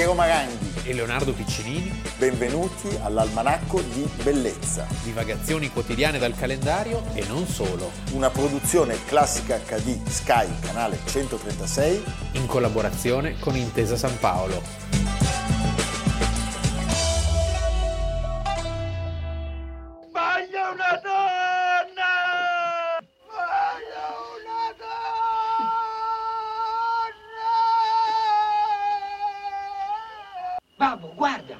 Piero Maranghi e Leonardo Piccinini. Benvenuti all'Almanacco di Bellezza. Divagazioni quotidiane dal calendario e non solo. Una produzione Classica HD Sky, canale 136, in collaborazione con Intesa San Paolo. Babbo, guarda!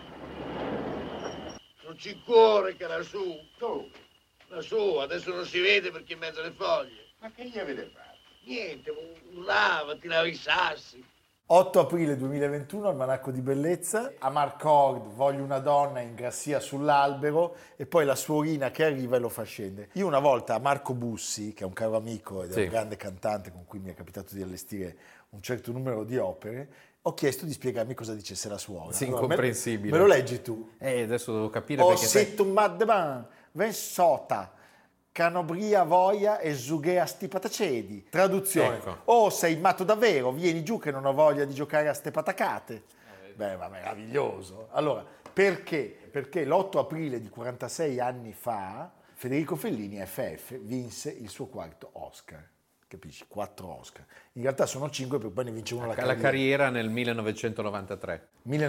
Non ci cuore che lassù. Dove? Lassù, adesso non si vede perché in mezzo alle foglie. Ma che gli avete fatto? Niente, urlava, tirava i sassi. 8 aprile 2021, Almanacco di Bellezza. A Marcord, voglio una donna in grassia sull'albero, e poi la suorina che arriva e lo fa scendere. Io una volta a Marco Bussi, che è un caro amico ed è un grande cantante con cui mi è capitato di allestire un certo numero di opere, ho chiesto di spiegarmi cosa dicesse la suora. Sì, allora, incomprensibile. Me lo leggi tu? Adesso devo capire O perché... sit madman, vensota, canobria voia e zughea sti patacedi. Traduzione. Ecco. O sei matto davvero, vieni giù che non ho voglia di giocare a ste patacate. Beh, ma meraviglioso. Allora, perché? Perché l'8 aprile di 46 anni fa Federico Fellini, FF, vinse il suo quarto Oscar. Capisci? 4 Oscar. In realtà sono 5 perché poi ne vince uno la carriera nel 1993.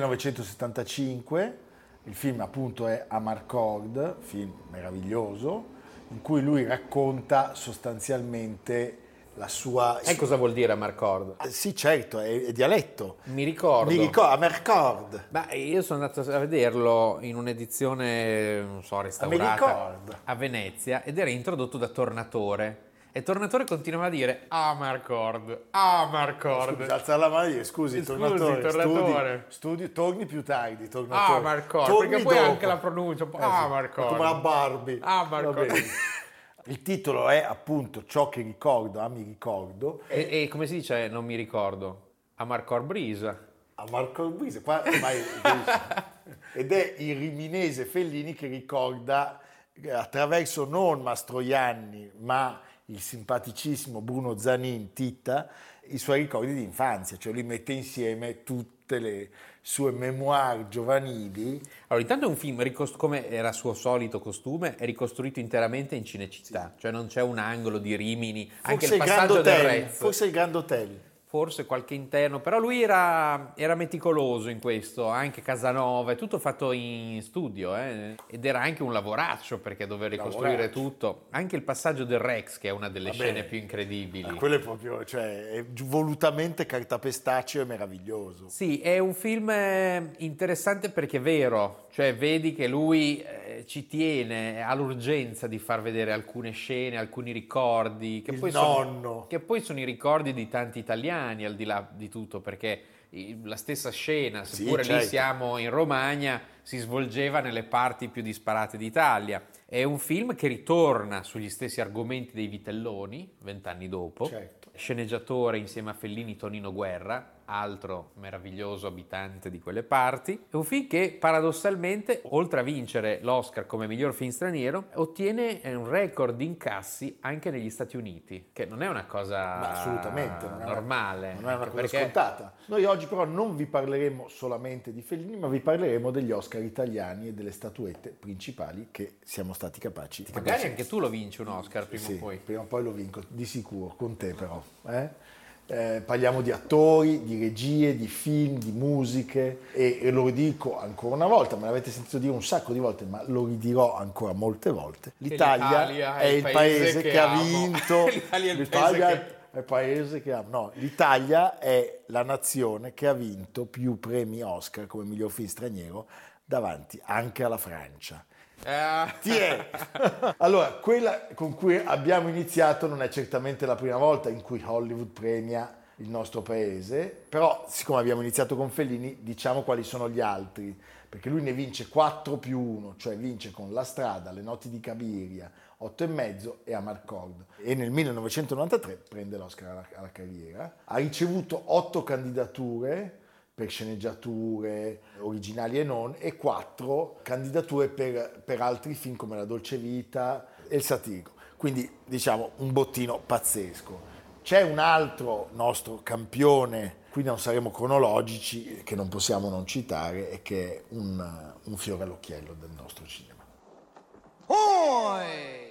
1975, il film appunto è Amarcord, film meraviglioso, in cui lui racconta sostanzialmente la sua... E cosa vuol dire Amarcord? Sì, certo, è dialetto. Mi ricordo. Amarcord. Beh, io sono andato a vederlo in un'edizione, non so, restaurata a Venezia, ed era introdotto da Tornatore. E Tornatore continuava a dire Amarcord. Scusi, alza la mano e dire scusi, Tornatore. Studi, torni più tardi, Tornatore. Amarcord, perché poi dopo. Anche la pronuncia un po'. Amarcord. Come la Barbie. Amarcord. Il titolo è appunto Ciò che ricordo, mi ricordo. E come si dice non mi ricordo? Amarcord Brisa. Amarcord Brisa, qua ormai ed è il riminese Fellini che ricorda attraverso non Mastroianni, ma il simpaticissimo Bruno Zanin, Titta, i suoi ricordi di infanzia, cioè lui mette insieme tutte le sue memoir giovanili. Allora, intanto è un film, come era suo solito costume, è ricostruito interamente in Cinecittà, cioè non c'è un angolo di Rimini, Forse anche il passaggio del Rez. Forse il Grand Hotel. Forse qualche interno, però lui era meticoloso in questo, anche Casanova, è tutto fatto in studio, ed era anche un lavoraccio perché dover ricostruire tutto, anche il passaggio del Rex che è una delle scene più incredibili. Quello è proprio, cioè, è volutamente cartapestaceo e meraviglioso. Sì, è un film interessante perché è vero, cioè vedi che lui ci tiene, ha l'urgenza di far vedere alcune scene, alcuni ricordi, che poi sono i ricordi di tanti italiani, al di là di tutto, perché la stessa scena, seppure lì siamo in Romagna, si svolgeva nelle parti più disparate d'Italia. È un film che ritorna sugli stessi argomenti dei Vitelloni, 20 anni dopo. Sceneggiatore insieme a Fellini Tonino Guerra, altro meraviglioso abitante di quelle parti. È un film che paradossalmente, oltre a vincere l'Oscar come miglior film straniero, ottiene un record di incassi anche negli Stati Uniti, che non è una cosa assolutamente normale. Non è una cosa scontata. Noi oggi però non vi parleremo solamente di Fellini, ma vi parleremo degli Oscar italiani e delle statuette principali che siamo stati capaci di Magari anche tu lo vinci un Oscar prima o poi. Prima o poi lo vinco, di sicuro, con te però. Parliamo di attori, di regie, di film, di musiche e lo ridico ancora una volta, me l'avete sentito dire un sacco di volte, ma lo ridirò ancora molte volte. L'Italia è il paese che ha vinto. L'Italia è il paese che ha... No, l'Italia è la nazione che ha vinto più premi Oscar come miglior film straniero davanti anche alla Francia. Allora, quella con cui abbiamo iniziato non è certamente la prima volta in cui Hollywood premia il nostro paese, però siccome abbiamo iniziato con Fellini, diciamo quali sono gli altri, perché lui ne vince 4+1, cioè vince con La Strada, Le notti di Cabiria, 8,5 e Amarcord, e nel 1993 prende l'Oscar alla carriera. Ha ricevuto 8 candidature per sceneggiature originali e non, e 4 candidature per altri film come La dolce vita e Il satirico. Quindi diciamo un bottino pazzesco. C'è un altro nostro campione qui non saremo cronologici, che non possiamo non citare e che è un fiore all'occhiello del nostro cinema. Poi!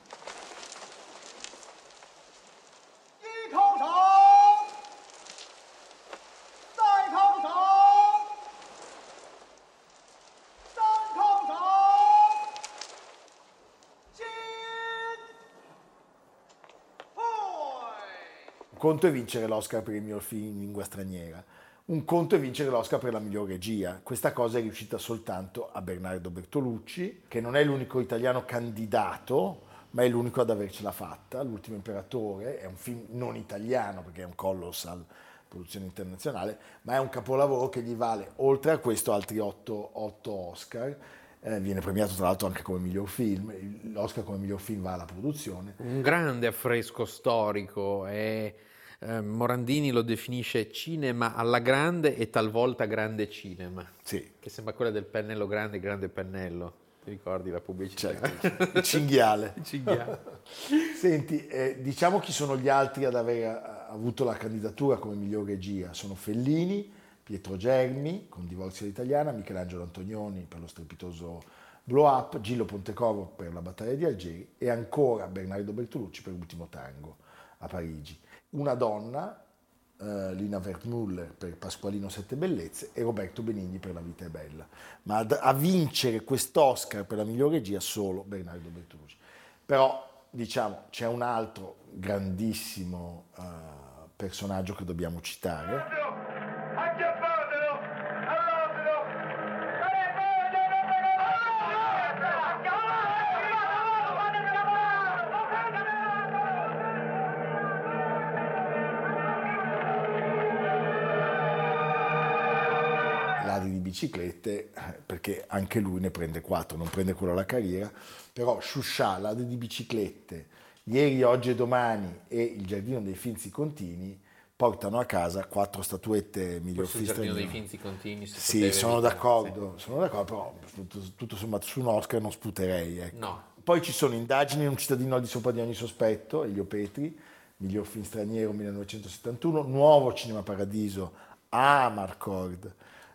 Un conto è vincere l'Oscar per il miglior film in lingua straniera, un conto è vincere l'Oscar per la miglior regia. Questa cosa è riuscita soltanto a Bernardo Bertolucci, che non è l'unico italiano candidato, ma è l'unico ad avercela fatta. L'ultimo imperatore è un film non italiano, perché è un colossal produzione internazionale, ma è un capolavoro che gli vale, oltre a questo, altri 8 Oscar. Viene premiato tra l'altro anche come miglior film. L'Oscar come miglior film va alla produzione. Un grande affresco storico, Morandini lo definisce cinema alla grande e talvolta grande cinema, sì. Che sembra quella del pennello grande, grande pennello, ti ricordi la pubblicità? Certo, il cinghiale. Il cinghiale. Senti, diciamo chi sono gli altri ad aver avuto la candidatura come miglior regia. Sono Fellini, Pietro Germi con Divorzio all'italiana, Michelangelo Antonioni per lo strepitoso Blow Up, Gillo Pontecorvo per La battaglia di Algeri e ancora Bernardo Bertolucci per L'ultimo tango a Parigi. Una donna, Lina Wertmüller per Pasqualino Sette bellezze e Roberto Benigni per La vita è bella. Ma a vincere quest'Oscar per la miglior regia solo Bernardo Bertolucci. Però, diciamo, c'è un altro grandissimo personaggio che dobbiamo citare. Ladri di biciclette, perché anche lui ne prende 4, non prende quello alla carriera, però Sciuscià, Ladri di biciclette, Ieri, oggi e domani e Il giardino dei Finzi Contini portano a casa 4 statuette miglior film straniero. Il giardino dei Finzi Contini. Sì, sono d'accordo, però tutto sommato su un Oscar non sputerei. Ecco. No. Poi ci sono Indagini, un cittadino al di sopra di ogni sospetto, Elio Petri, miglior film straniero 1971, Nuovo Cinema Paradiso, Amarcord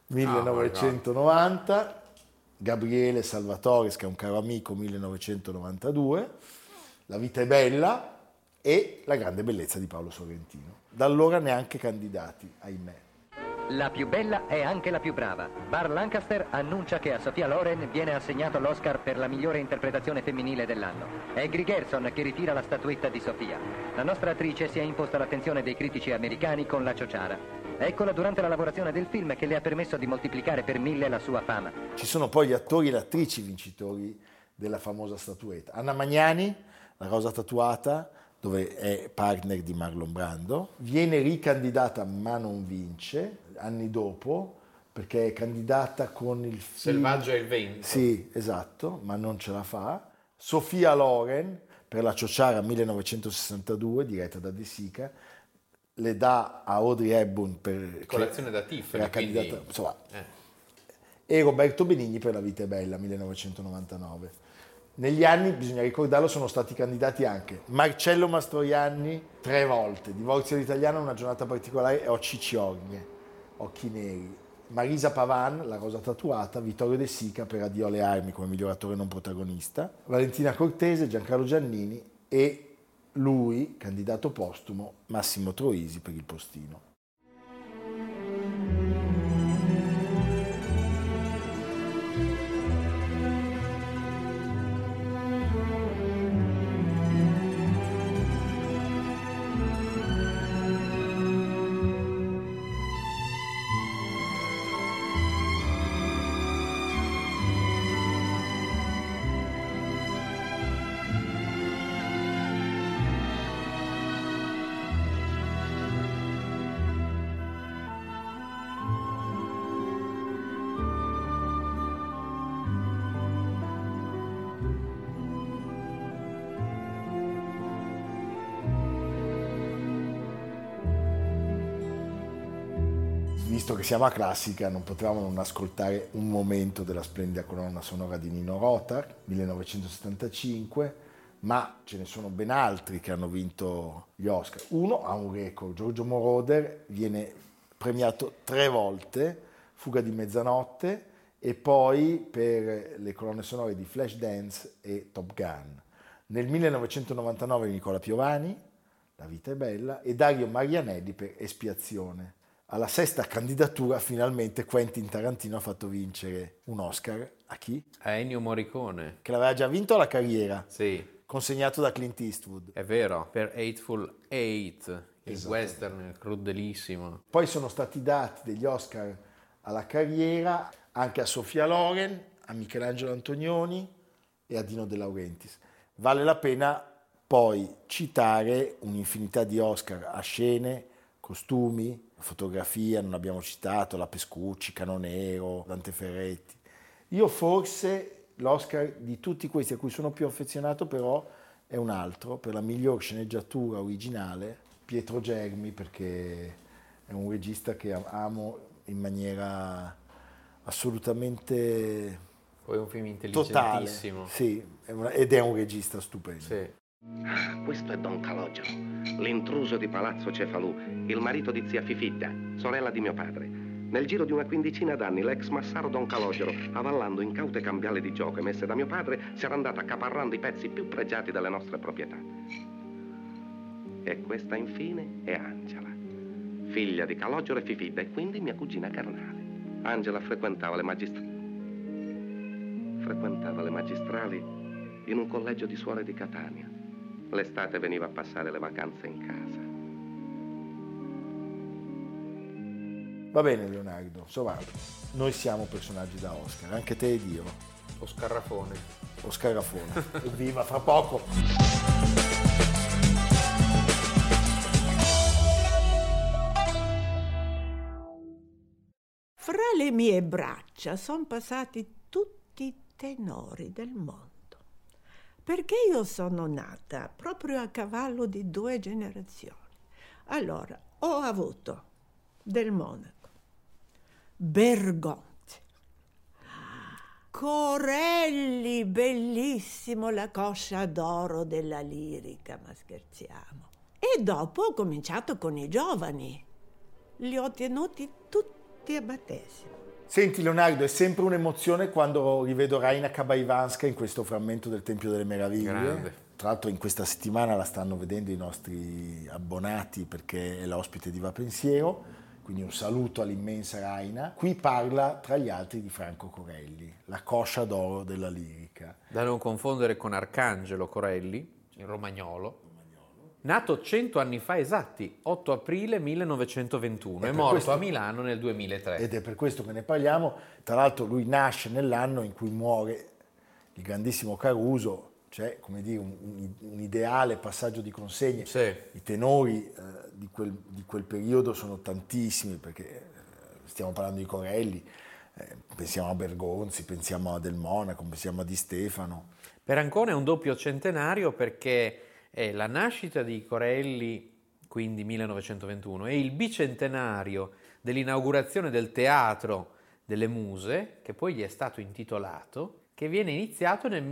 1990, Gabriele Salvatores, che è un caro amico, 1992, La vita è bella e La grande bellezza di Paolo Sorrentino. Da allora neanche candidati, ahimè. La più bella è anche la più brava. Bar Lancaster annuncia che a Sophia Loren viene assegnato l'Oscar per la migliore interpretazione femminile dell'anno. È Gry Gerson che ritira la statuetta di Sophia. La nostra attrice si è imposta l'attenzione dei critici americani con La ciociara. Eccola durante la lavorazione del film che le ha permesso di moltiplicare per 1000 la sua fama. Ci sono poi gli attori e le attrici vincitori della famosa statuetta. Anna Magnani, La rosa tatuata, dove è partner di Marlon Brando, viene ricandidata ma non vince anni dopo perché è candidata con il film Selvaggio e il vento. Sì, esatto, ma non ce la fa. Sophia Loren per La ciociara 1962 diretta da De Sica le dà a Audrey Hepburn per colazione da Tiffany, candidata, quindi... insomma, e Roberto Benigni per La vita è bella 1999. Negli anni, bisogna ricordarlo, sono stati candidati anche Marcello Mastroianni 3 volte, Divorzio all'italiana, Una giornata particolare e Occhi Ciorgne, Occhi neri, Marisa Pavan, La rosa tatuata, Vittorio De Sica per Addio alle armi come miglior attore non protagonista, Valentina Cortese, Giancarlo Giannini e lui, candidato postumo, Massimo Troisi per Il postino. Visto che siamo a classica, non potevamo non ascoltare un momento della splendida colonna sonora di Nino Rota, 1975, ma ce ne sono ben altri che hanno vinto gli Oscar. Uno ha un record, Giorgio Moroder viene premiato 3 volte, Fuga di mezzanotte, e poi per le colonne sonore di Flashdance e Top Gun. Nel 1999 Nicola Piovani, La vita è bella, e Dario Marianelli per Espiazione. Alla 6ª candidatura finalmente Quentin Tarantino ha fatto vincere un Oscar a chi? A Ennio Morricone. Che l'aveva già vinto La carriera, sì, consegnato da Clint Eastwood. È vero, per Hateful Eight, il western crudelissimo. Poi sono stati dati degli Oscar alla carriera anche a Sofia Loren, a Michelangelo Antonioni e a Dino De Laurentiis. Vale la pena poi citare un'infinità di Oscar a scene, costumi, fotografia, non abbiamo citato, La Pescucci, Canonero, Dante Ferretti. Io forse l'Oscar di tutti questi a cui sono più affezionato però è un altro, per la miglior sceneggiatura originale, Pietro Germi, perché è un regista che amo in maniera assolutamente poi è un film intelligentissimo. Totale, sì, ed è un regista stupendo. Sì. Questo è Don Calogero, l'intruso di Palazzo Cefalù, il marito di zia Fifidda, sorella di mio padre. Nel giro di una quindicina d'anni l'ex massaro Don Calogero, avallando incaute cambiali di gioco emesse da mio padre, si era andato accaparrando i pezzi più pregiati delle nostre proprietà. E questa infine è Angela, figlia di Calogero e Fifidda e quindi mia cugina carnale. Angela frequentava le magistrali in un collegio di suore di Catania. L'estate veniva a passare le vacanze in casa. Va bene Leonardo, insomma, noi siamo personaggi da Oscar, anche te ed io. Oscarrafone. Evviva, fra poco. Fra le mie braccia sono passati tutti i tenori del mondo. Perché io sono nata proprio a cavallo di 2 generazioni. Allora, ho avuto Del Monaco, Bergonzi, Corelli, bellissimo, la coscia d'oro della lirica, ma scherziamo. E dopo ho cominciato con i giovani. Li ho tenuti tutti a battesimo. Senti Leonardo, è sempre un'emozione quando rivedo Raina Kabaivanska in questo frammento del Tempio delle Meraviglie. Grande. Tra l'altro in questa settimana la stanno vedendo i nostri abbonati perché è l'ospite di Va Pensiero, quindi un saluto all'immensa Raina. Qui parla tra gli altri di Franco Corelli, la coscia d'oro della lirica. Da non confondere con Arcangelo Corelli, il romagnolo. Nato 100 anni fa esatti, 8 aprile 1921, è morto a Milano nel 2003. Ed è per questo che ne parliamo. Tra l'altro lui nasce nell'anno in cui muore il grandissimo Caruso, cioè come dire un ideale passaggio di consegne. Sì. I tenori di quel periodo sono tantissimi, perché stiamo parlando di Corelli, pensiamo a Bergonzi, pensiamo a Del Monaco, pensiamo a Di Stefano. Per Ancona è un doppio centenario perché è la nascita di Corelli, quindi 1921, e il bicentenario dell'inaugurazione del Teatro delle Muse, che poi gli è stato intitolato, che viene iniziato nel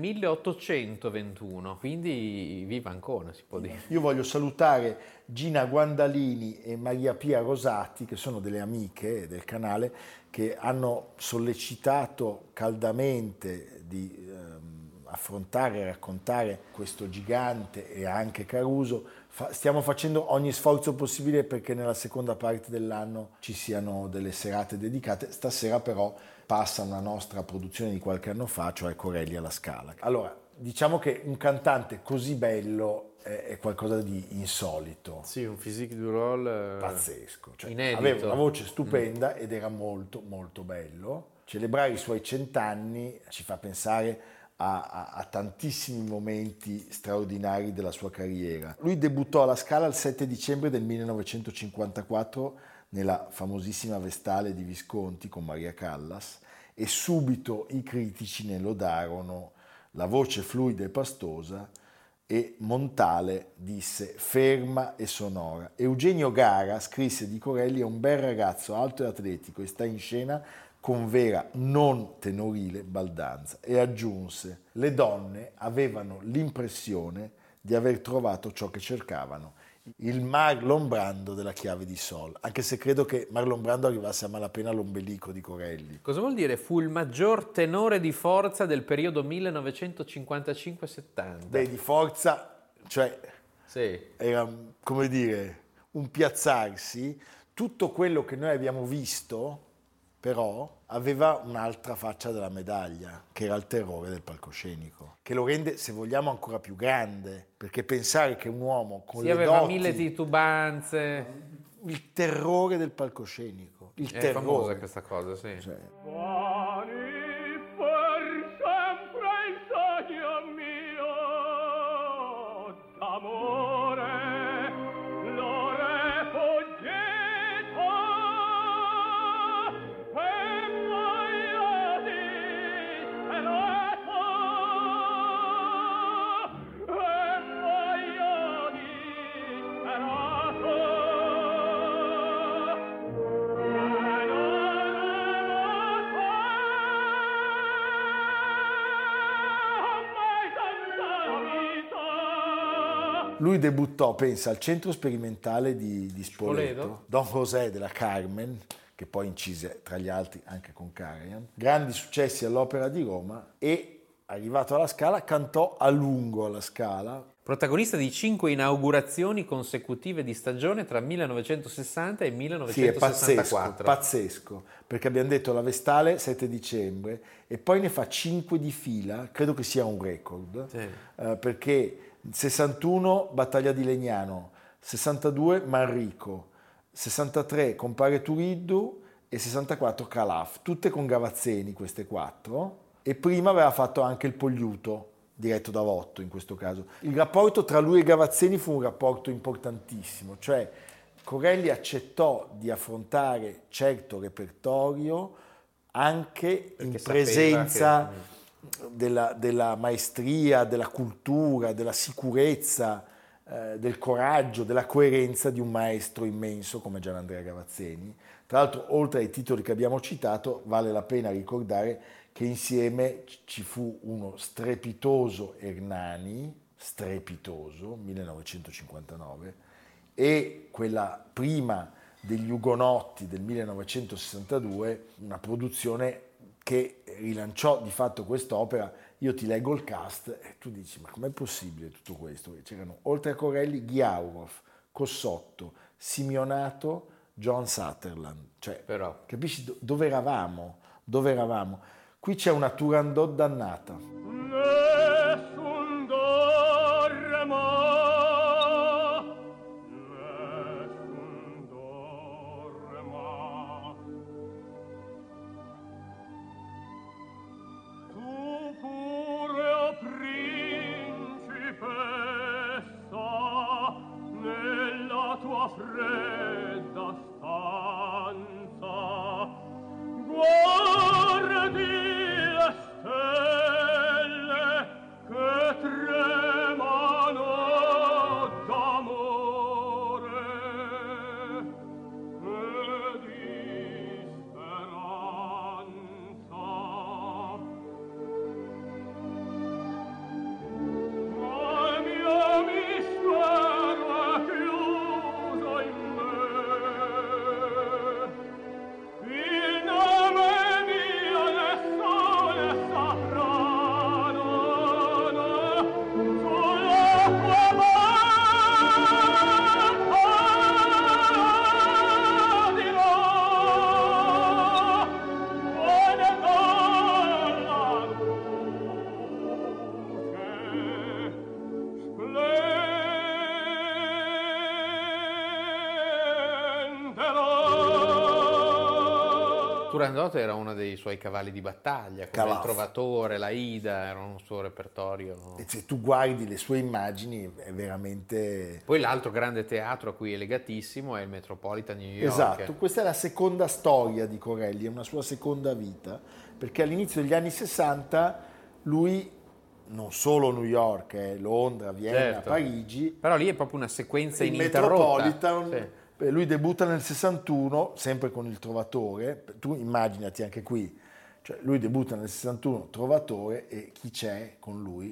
1821, quindi viva Ancona, si può dire. Io voglio salutare Gina Guandalini e Maria Pia Rosati, che sono delle amiche del canale, che hanno sollecitato caldamente di affrontare e raccontare questo gigante e anche Caruso. Stiamo facendo ogni sforzo possibile perché nella seconda parte dell'anno ci siano delle serate dedicate. Stasera però passa una nostra produzione di qualche anno fa, cioè Corelli alla Scala. Allora, diciamo che un cantante così bello è qualcosa di insolito. Sì, un physique du rôle pazzesco. Cioè, inedito. Aveva una voce stupenda ed era molto molto bello. Celebrare i suoi 100 anni ci fa pensare a tantissimi momenti straordinari della sua carriera. Lui debuttò alla Scala il 7 dicembre del 1954 nella famosissima Vestale di Visconti con Maria Callas e subito i critici ne lodarono la voce fluida e pastosa e Montale disse ferma e sonora. Eugenio Gara scrisse di Corelli: è un bel ragazzo alto e atletico e sta in scena con vera non tenorile baldanza, e aggiunse: le donne avevano l'impressione di aver trovato ciò che cercavano. il Marlon Brando della chiave di sol, anche se credo che Marlon Brando arrivasse a malapena all'ombelico di Corelli. Cosa vuol dire? Fu il maggior tenore di forza del periodo 1955-70. Beh, di forza, cioè sì. Era, come dire, un piazzarsi. Tutto quello che noi abbiamo visto, però, aveva un'altra faccia della medaglia, che era il terrore del palcoscenico, che lo rende, se vogliamo, ancora più grande, perché pensare che un uomo con le aveva doti, 1000 titubanze, il terrore del palcoscenico, il è terrore. famosa questa cosa, sì. Cioè, lui debuttò, pensa, al centro sperimentale di Spoleto, Don José della Carmen, che poi incise tra gli altri anche con Karajan, grandi successi all'Opera di Roma e, arrivato alla Scala, cantò a lungo alla Scala. Protagonista di 5 inaugurazioni consecutive di stagione tra 1960 e 1964. Sì, è pazzesco, perché abbiamo detto la Vestale 7 dicembre e poi ne fa 5 di fila, credo che sia un record, sì. Perché 61 Battaglia di Legnano, 62 Manrico, 63 Compare Turiddu e 64 Calaf, tutte con Gavazzeni queste 4, e prima aveva fatto anche il Pogliuto, diretto da Votto in questo caso. Il rapporto tra lui e Gavazzeni fu un rapporto importantissimo, cioè Corelli accettò di affrontare certo repertorio anche perché in presenza della maestria, della cultura, della sicurezza, del coraggio, della coerenza di un maestro immenso come Gianandrea Gavazzeni. Tra l'altro, oltre ai titoli che abbiamo citato, vale la pena ricordare che insieme ci fu uno strepitoso Hernani, 1959, e quella prima degli Ugonotti del 1962, una produzione che rilanciò di fatto quest'opera. Io ti leggo il cast e tu dici, ma com'è possibile tutto questo? C'erano, oltre a Corelli, Ghiaurov, Cossotto, Simeonato, John Sutherland. Cioè, però, capisci dove eravamo? Dove eravamo? Qui c'è una Turandot dannata. Nessun dorma. Fredda stanza, guardi le stelle che tremano d'amore e di speranza. Ma il mio mistero è chiuso in me. Il nome mio nel sole saprano, sull'acqua dirò, buone dalla Turandot era uno dei suoi cavalli di battaglia, come il Trovatore, la Ida, era un suo repertorio. No? E se tu guardi le sue immagini è veramente... Poi l'altro grande teatro a cui è legatissimo è il Metropolitan New York. Esatto, questa è la seconda storia di Corelli, è una sua seconda vita, perché all'inizio degli anni 60 lui, non solo New York, Londra, Vienna, certo, Parigi... Però lì è proprio una sequenza ininterrotta. Metropolitan... Sì. Lui debutta nel 61, sempre con il Trovatore, tu immaginati anche qui, cioè lui debutta nel 61, Trovatore, e chi c'è con lui?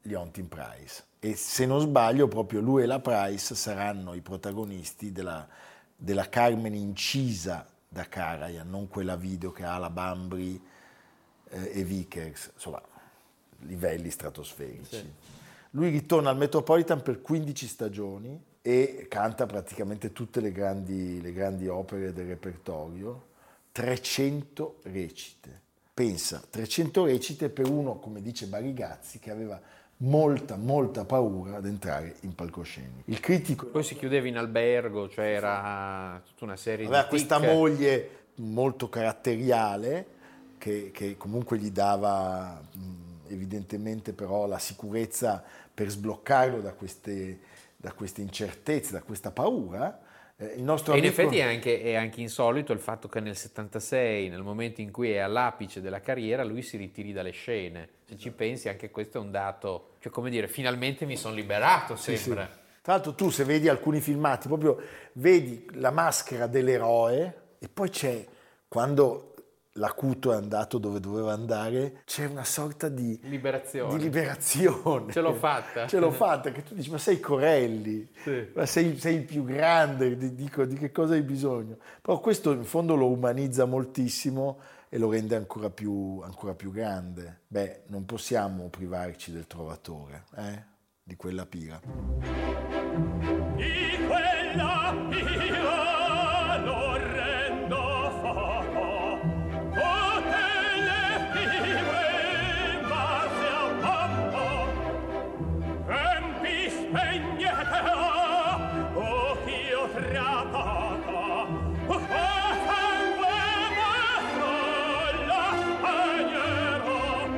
Leontyne Price. E se non sbaglio proprio lui e la Price saranno i protagonisti della Carmen incisa da Karajan, non quella video che ha la Bambri e Vickers, insomma, livelli stratosferici. Sì. Lui ritorna al Metropolitan per 15 stagioni e canta praticamente tutte le grandi opere del repertorio, 300 recite. Pensa, 300 recite per uno, come dice Barigazzi, che aveva molta paura ad entrare in palcoscenico. Il critico... Poi si chiudeva in albergo, cioè era tutta una serie aveva di questa moglie molto caratteriale che comunque gli dava evidentemente però la sicurezza per sbloccarlo da queste incertezze, da questa paura. Il nostro e amico... in effetti è anche insolito il fatto che nel 76, nel momento in cui è all'apice della carriera, lui si ritiri dalle scene. Se ci pensi, anche questo è un dato, cioè come dire, finalmente mi sono liberato, sembra. Sì. Tra l'altro tu, se vedi alcuni filmati, proprio vedi la maschera dell'eroe e poi c'è, quando l'acuto è andato dove doveva andare, c'è una sorta di liberazione. Ce l'ho fatta, che tu dici, ma sei Corelli, sì. Ma sei il più grande, dico, di che cosa hai bisogno? Però questo in fondo lo umanizza moltissimo e lo rende ancora più grande. Beh, non possiamo privarci del Trovatore, di quella pira. Di quella pira lo rendo fuoco, tutte le pire in base a mamma, tempi spegneterò, o ch'io trapata, sangue mostro la spegnerò,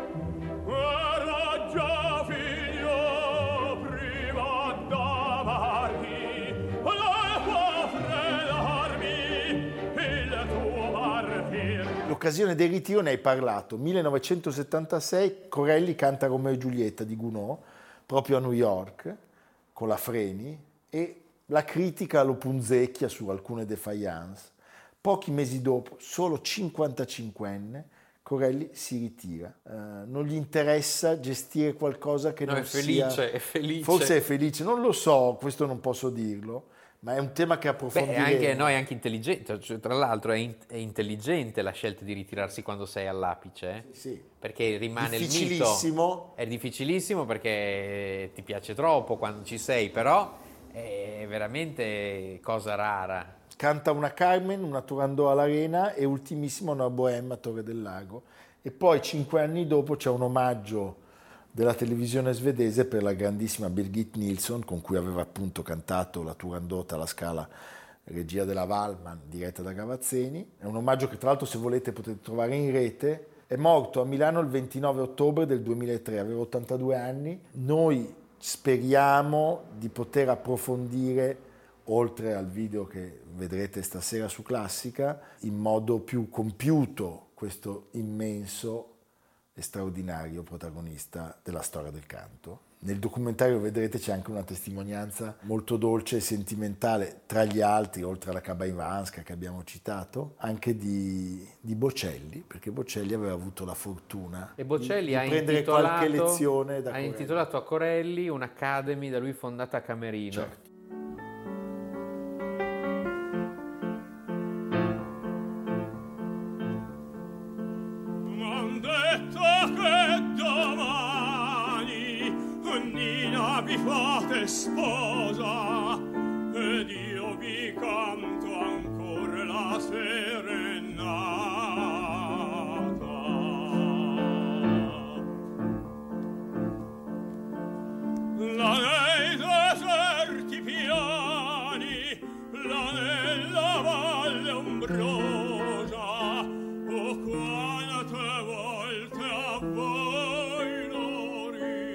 era già figlio prima d'amarmi, l'acqua fredarmi, il tuo martir. L'occasione del ritiro ne hai parlato. 1976 Corelli canta Romeo e Giulietta di Gounod proprio a New York con la Freni e la critica lo punzecchia su alcune défaillance. Pochi mesi dopo, solo 55enne, Corelli si ritira. Non gli interessa gestire qualcosa che non sia... È felice. Forse è felice, non lo so, questo non posso dirlo, ma è un tema che approfondiremo. È anche intelligente, cioè, tra l'altro è intelligente la scelta di ritirarsi quando sei all'apice, sì. Perché rimane il mito. È difficilissimo perché ti piace troppo quando ci sei, però è veramente cosa rara. Canta una Carmen, una Turandot all'Arena e ultimissima una Bohème a Torre del Lago. E poi 5 anni dopo c'è un omaggio della televisione svedese per la grandissima Birgit Nilsson, con cui aveva appunto cantato la Turandot alla Scala, regia della Wallman, diretta da Gavazzeni. È un omaggio che tra l'altro, se volete, potete trovare in rete. È morto a Milano il 29 ottobre del 2003, aveva 82 anni. Noi speriamo di poter approfondire, oltre al video che vedrete stasera su Classica, in modo più compiuto questo immenso e straordinario protagonista della storia del canto. Nel documentario vedrete c'è anche una testimonianza molto dolce e sentimentale, tra gli altri, oltre alla Kabaivanska che abbiamo citato, anche di Bocelli, perché Bocelli aveva avuto la fortuna di prendere qualche lezione da Corelli. Ha intitolato a Corelli un'academy da lui fondata a Camerino. Certo. Sposa ed io vi canto ancora la serenata. La nei deserti piani, la nella valle ombrosa, o quante volte a voi l'ho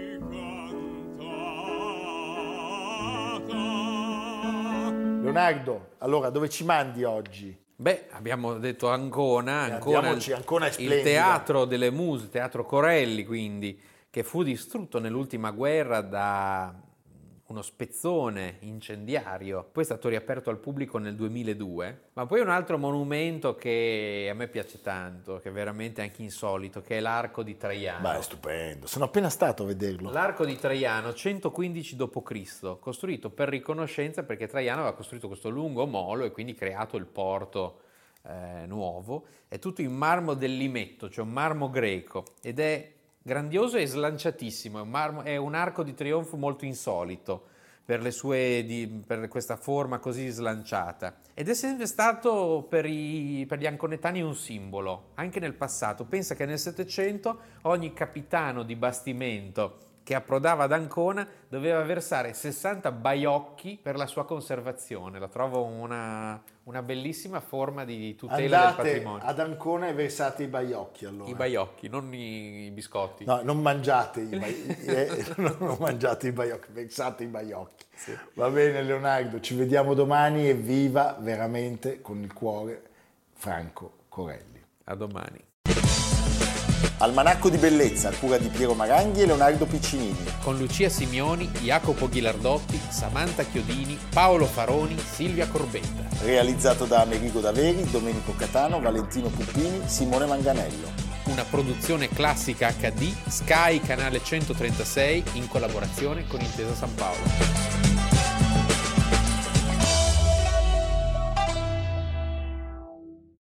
Leonardo, allora dove ci mandi oggi? Beh, abbiamo detto Ancona Ancona è il teatro delle muse, teatro Corelli quindi, che fu distrutto nell'ultima guerra da uno spezzone incendiario, poi è stato riaperto al pubblico nel 2002, ma poi un altro monumento che a me piace tanto, che è veramente anche insolito, che è l'Arco di Traiano. Beh, è stupendo, sono appena stato a vederlo. L'Arco di Traiano, 115 d.C., costruito per riconoscenza perché Traiano aveva costruito questo lungo molo e quindi creato il porto nuovo. È tutto in marmo del limetto, cioè un marmo greco, ed è grandioso e slanciatissimo, è un arco di trionfo molto insolito per questa forma così slanciata, ed è sempre stato per gli anconetani un simbolo, anche nel passato. Pensa che nel Settecento ogni capitano di bastimento che approdava ad Ancona doveva versare 60 baiocchi per la sua conservazione. La trovo una bellissima forma di tutela del patrimonio. Ad Ancona e versate i baiocchi, allora. I baiocchi, non i biscotti. No, non mangiate non mangiate i baiocchi, versate i baiocchi. Sì. Va bene Leonardo, ci vediamo domani e viva veramente con il cuore Franco Corelli. A domani. Almanacco di bellezza a cura di Piero Maranghi e Leonardo Piccinini. Con Lucia Simioni, Jacopo Ghilardotti, Samantha Chiodini, Paolo Faroni, Silvia Corbetta. Realizzato da Amerigo Daveri, Domenico Catano, Valentino Puppini, Simone Manganello. Una produzione classica HD, Sky Canale 136 in collaborazione con Intesa San Paolo.